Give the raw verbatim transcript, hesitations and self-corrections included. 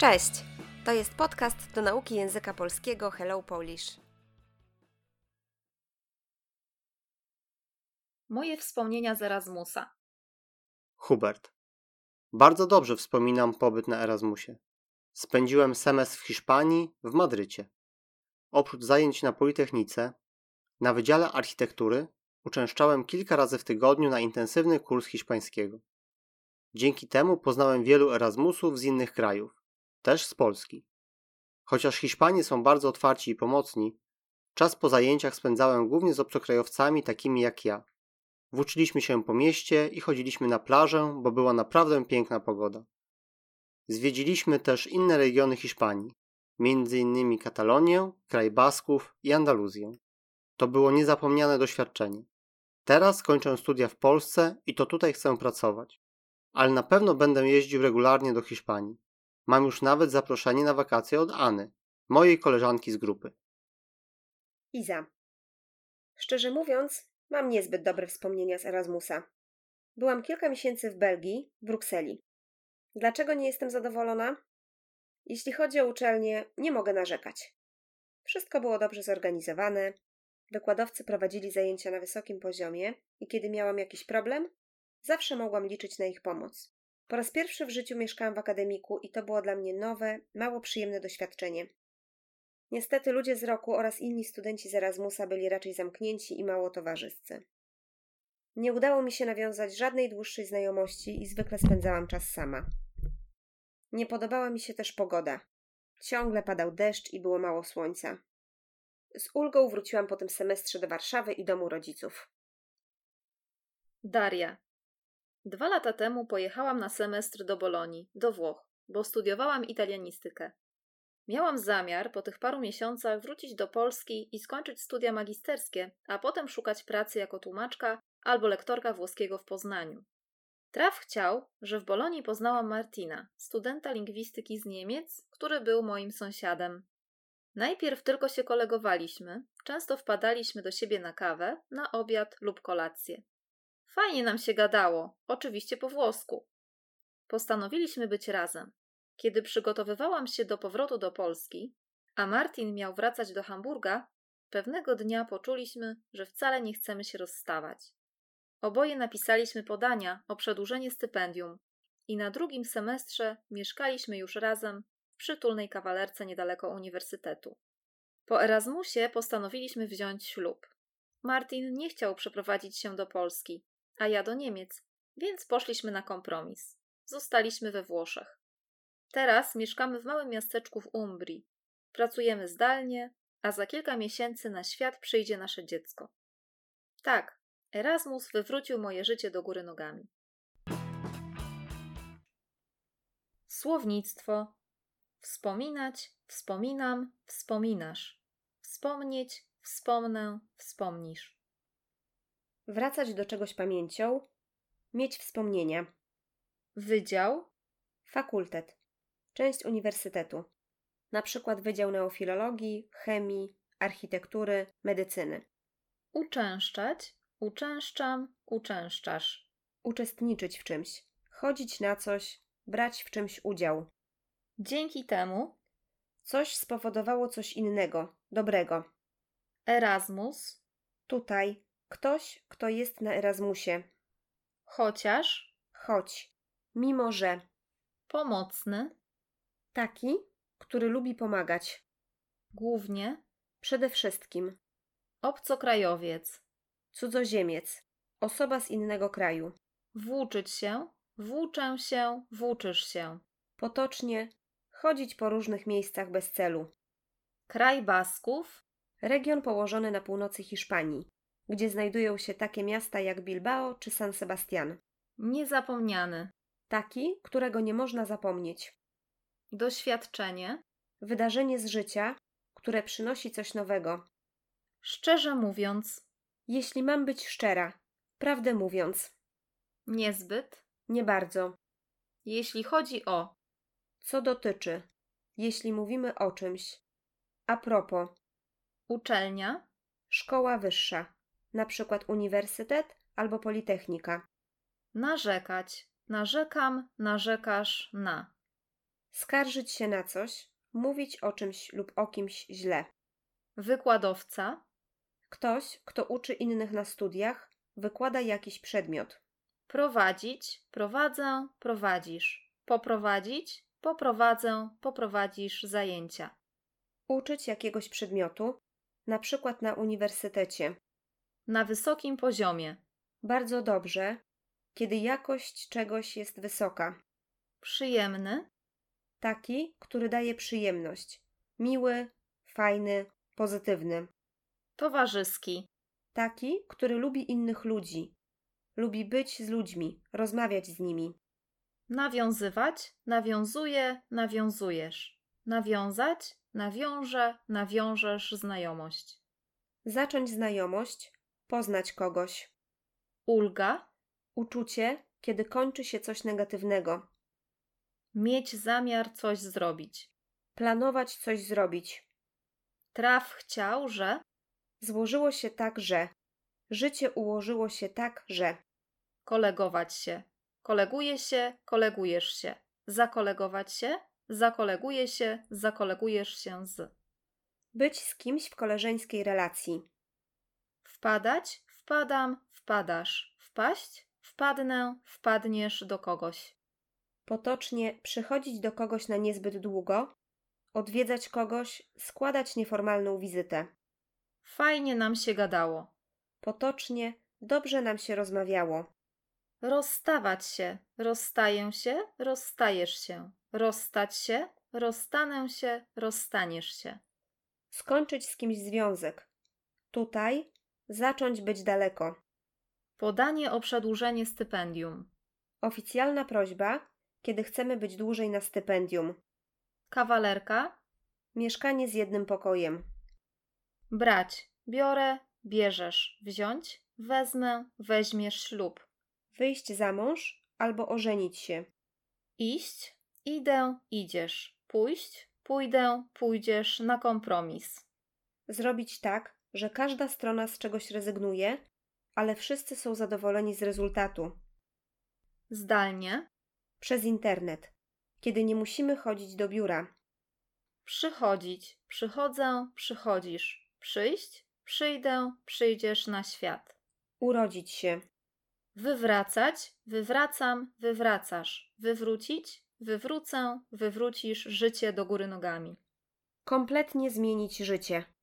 Cześć! To jest podcast do nauki języka polskiego Hello Polish. Moje wspomnienia z Erasmusa. Hubert. Bardzo dobrze wspominam pobyt na Erasmusie. Spędziłem semestr w Hiszpanii, w Madrycie. Oprócz zajęć na Politechnice, na Wydziale Architektury uczęszczałem kilka razy w tygodniu na intensywny kurs hiszpańskiego. Dzięki temu poznałem wielu Erasmusów z innych krajów, też z Polski. Chociaż Hiszpanie są bardzo otwarci i pomocni, czas po zajęciach spędzałem głównie z obcokrajowcami takimi jak ja. Włóczyliśmy się po mieście i chodziliśmy na plażę, bo była naprawdę piękna pogoda. Zwiedziliśmy też inne regiony Hiszpanii, między innymi Katalonię, kraj Basków i Andaluzję. To było niezapomniane doświadczenie. Teraz kończę studia w Polsce i to tutaj chcę pracować. Ale na pewno będę jeździł regularnie do Hiszpanii. Mam już nawet zaproszenie na wakacje od Any, mojej koleżanki z grupy. Iza. Szczerze mówiąc, mam niezbyt dobre wspomnienia z Erasmusa. Byłam kilka miesięcy w Belgii, w Brukseli. Dlaczego nie jestem zadowolona? Jeśli chodzi o uczelnię, nie mogę narzekać. Wszystko było dobrze zorganizowane, wykładowcy prowadzili zajęcia na wysokim poziomie i kiedy miałam jakiś problem, zawsze mogłam liczyć na ich pomoc. Po raz pierwszy w życiu mieszkałam w akademiku i to było dla mnie nowe, mało przyjemne doświadczenie. Niestety ludzie z roku oraz inni studenci z Erasmusa byli raczej zamknięci i mało towarzyscy. Nie udało mi się nawiązać żadnej dłuższej znajomości i zwykle spędzałam czas sama. Nie podobała mi się też pogoda. Ciągle padał deszcz i było mało słońca. Z ulgą wróciłam po tym semestrze do Warszawy i domu rodziców. Daria. Dwa lata temu pojechałam na semestr do Bolonii, do Włoch, bo studiowałam italianistykę. Miałam zamiar po tych paru miesiącach wrócić do Polski i skończyć studia magisterskie, a potem szukać pracy jako tłumaczka albo lektorka włoskiego w Poznaniu. Traf chciał, że w Bolonii poznałam Martina, studenta lingwistyki z Niemiec, który był moim sąsiadem. Najpierw tylko się kolegowaliśmy, często wpadaliśmy do siebie na kawę, na obiad lub kolację. Fajnie nam się gadało, oczywiście po włosku. Postanowiliśmy być razem. Kiedy przygotowywałam się do powrotu do Polski, a Martin miał wracać do Hamburga, pewnego dnia poczuliśmy, że wcale nie chcemy się rozstawać. Oboje napisaliśmy podania o przedłużenie stypendium i na drugim semestrze mieszkaliśmy już razem w przytulnej kawalerce niedaleko uniwersytetu. Po Erasmusie postanowiliśmy wziąć ślub. Martin nie chciał przeprowadzić się do Polski, a ja do Niemiec, więc poszliśmy na kompromis. Zostaliśmy we Włoszech. Teraz mieszkamy w małym miasteczku w Umbrii. Pracujemy zdalnie, a za kilka miesięcy na świat przyjdzie nasze dziecko. Tak, Erasmus wywrócił moje życie do góry nogami. Słownictwo. Wspominać, wspominam, wspominasz. Wspomnieć, wspomnę, wspomnisz. Wracać do czegoś pamięcią, mieć wspomnienia. Wydział. Fakultet. Część uniwersytetu. Na przykład Wydział Neofilologii, Chemii, Architektury, Medycyny. Uczęszczać, uczęszczam, uczęszczasz. Uczestniczyć w czymś. Chodzić na coś, brać w czymś udział. Dzięki temu Coś spowodowało coś innego, dobrego. Erasmus, Tutaj ktoś, kto jest na Erasmusie. chociaż, Choć. Mimo że. pomocny, Taki, który lubi pomagać. głównie, Przede wszystkim. obcokrajowiec, Cudzoziemiec. Osoba z innego kraju. włóczyć się, włóczę się, włóczysz się. Potocznie. Chodzić po różnych miejscach bez celu. Kraj Basków, Region położony na północy Hiszpanii, gdzie znajdują się takie miasta jak Bilbao czy San Sebastian. niezapomniany, Taki, którego nie można zapomnieć. doświadczenie, Wydarzenie z życia, które przynosi coś nowego. szczerze mówiąc, Jeśli mam być szczera, prawdę mówiąc, niezbyt, nie bardzo. jeśli chodzi o, Co dotyczy, jeśli mówimy o czymś. A propos, uczelnia, szkoła wyższa, na przykład uniwersytet albo politechnika. narzekać, narzekam, narzekasz na. Skarżyć się na coś, mówić o czymś lub o kimś źle. Wykładowca. Ktoś, kto uczy innych na studiach, wykłada jakiś przedmiot. Prowadzić, prowadzę, prowadzisz. Poprowadzić, poprowadzę, poprowadzisz zajęcia. Uczyć jakiegoś przedmiotu, na przykład na uniwersytecie. Na wysokim poziomie. Bardzo dobrze, kiedy jakość czegoś jest wysoka. Przyjemny. Taki, który daje przyjemność. Miły, fajny, pozytywny. Towarzyski. Taki, który lubi innych ludzi. Lubi być z ludźmi, rozmawiać z nimi. Nawiązywać, nawiązuje, nawiązujesz. Nawiązać, nawiąże, nawiążesz znajomość. Zacząć znajomość, poznać kogoś. Ulga. Uczucie, kiedy kończy się coś negatywnego. Mieć zamiar coś zrobić. Planować coś zrobić. Traf chciał, że. Złożyło się tak, że. Życie ułożyło się tak, że. Kolegować się. Koleguje się, kolegujesz się. Zakolegować się, zakoleguje się, zakolegujesz się z. Być z kimś w koleżeńskiej relacji. Wpadać, wpadam, wpadasz. Wpaść, wpadnę, wpadniesz do kogoś. Potocznie przychodzić do kogoś na niezbyt długo, odwiedzać kogoś, składać nieformalną wizytę. Fajnie nam się gadało. Potocznie dobrze nam się rozmawiało. Rozstawać się, rozstaję się, rozstajesz się. Rozstać się, rozstanę się, rozstaniesz się. Skończyć z kimś związek. Tutaj zacząć być daleko. Podanie o przedłużenie stypendium. Oficjalna prośba, kiedy chcemy być dłużej na stypendium. Kawalerka. Mieszkanie z jednym pokojem. Brać, biorę, bierzesz. Wziąć, wezmę, weźmiesz ślub. Wyjść za mąż albo ożenić się. Iść, idę, idziesz. Pójść, pójdę, pójdziesz na kompromis. Zrobić tak, że każda strona z czegoś rezygnuje, ale wszyscy są zadowoleni z rezultatu. Zdalnie. Przez internet. Kiedy nie musimy chodzić do biura. Przychodzić, przychodzę, przychodzisz. Przyjść, przyjdę, przyjdziesz na świat. Urodzić się. Wywracać, wywracam, wywracasz. Wywrócić, wywrócę, wywrócisz życie do góry nogami. Kompletnie zmienić życie.